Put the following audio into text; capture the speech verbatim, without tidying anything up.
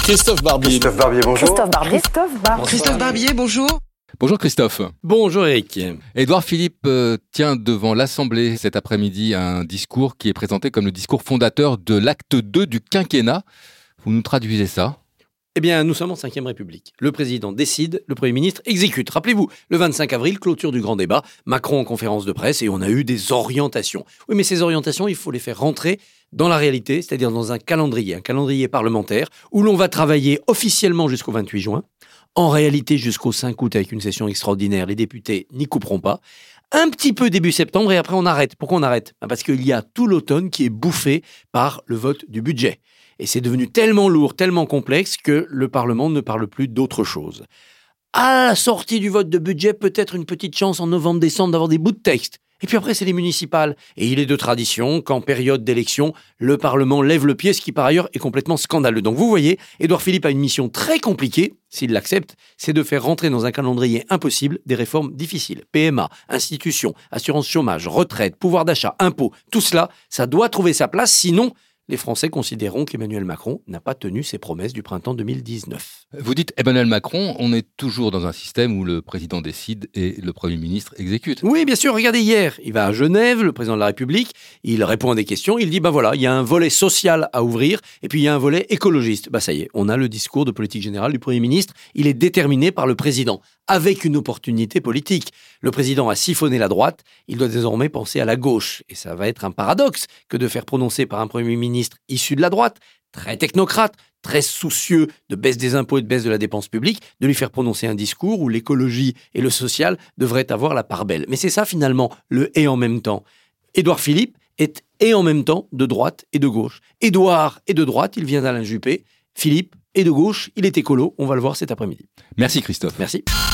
Christophe Barbier. Christophe Barbier, bonjour. Christophe Barbier. Christophe Barbier. Christophe Barbier, bonjour. Bonjour Christophe. Bonjour Eric. Édouard Philippe euh, tient devant l'Assemblée cet après-midi un discours qui est présenté comme le discours fondateur de l'acte deux du quinquennat. Vous nous traduisez ça ? Eh bien, nous sommes en cinquième République. Le président décide, le Premier ministre exécute. Rappelez-vous, le vingt-cinq avril, clôture du grand débat, Macron en conférence de presse et on a eu des orientations. Oui, mais ces orientations, il faut les faire rentrer dans la réalité, c'est-à-dire dans un calendrier, un calendrier parlementaire où l'on va travailler officiellement jusqu'au vingt-huit juin, en réalité jusqu'au cinq août avec une session extraordinaire, les députés n'y couperont pas, un petit peu début septembre et après on arrête. Pourquoi on arrête ? Parce qu'il y a tout l'automne qui est bouffé par le vote du budget. Et c'est devenu tellement lourd, tellement complexe que le Parlement ne parle plus d'autre chose. À la sortie du vote de budget, peut-être une petite chance en novembre-décembre d'avoir des bouts de texte. Et puis après, c'est les municipales. Et il est de tradition qu'en période d'élection, le Parlement lève le pied, ce qui par ailleurs est complètement scandaleux. Donc vous voyez, Édouard Philippe a une mission très compliquée, s'il l'accepte, c'est de faire rentrer dans un calendrier impossible des réformes difficiles. P M A, institutions, assurance chômage, retraite, pouvoir d'achat, impôts, tout cela, ça doit trouver sa place, sinon les Français considéreront qu'Emmanuel Macron n'a pas tenu ses promesses du printemps deux mille dix-neuf. Vous dites Emmanuel Macron, on est toujours dans un système où le président décide et le Premier ministre exécute. Oui, bien sûr, regardez hier, il va à Genève, le président de la République, il répond à des questions, il dit, bah voilà, il y a un volet social à ouvrir et puis il y a un volet écologiste. Bah ça y est, on a le discours de politique générale du Premier ministre, il est déterminé par le président, avec une opportunité politique. Le président a siphonné la droite, il doit désormais penser à la gauche. Et ça va être un paradoxe que de faire prononcer par un Premier ministre issu de la droite, très technocrate, très soucieux de baisse des impôts et de baisse de la dépense publique, de lui faire prononcer un discours où l'écologie et le social devraient avoir la part belle. Mais c'est ça finalement, le « et en même temps ». Édouard Philippe est et en même temps de droite et de gauche. Édouard est de droite, il vient d'Alain Juppé. Philippe est de gauche, il est écolo. On va le voir cet après-midi. Merci Christophe. Merci.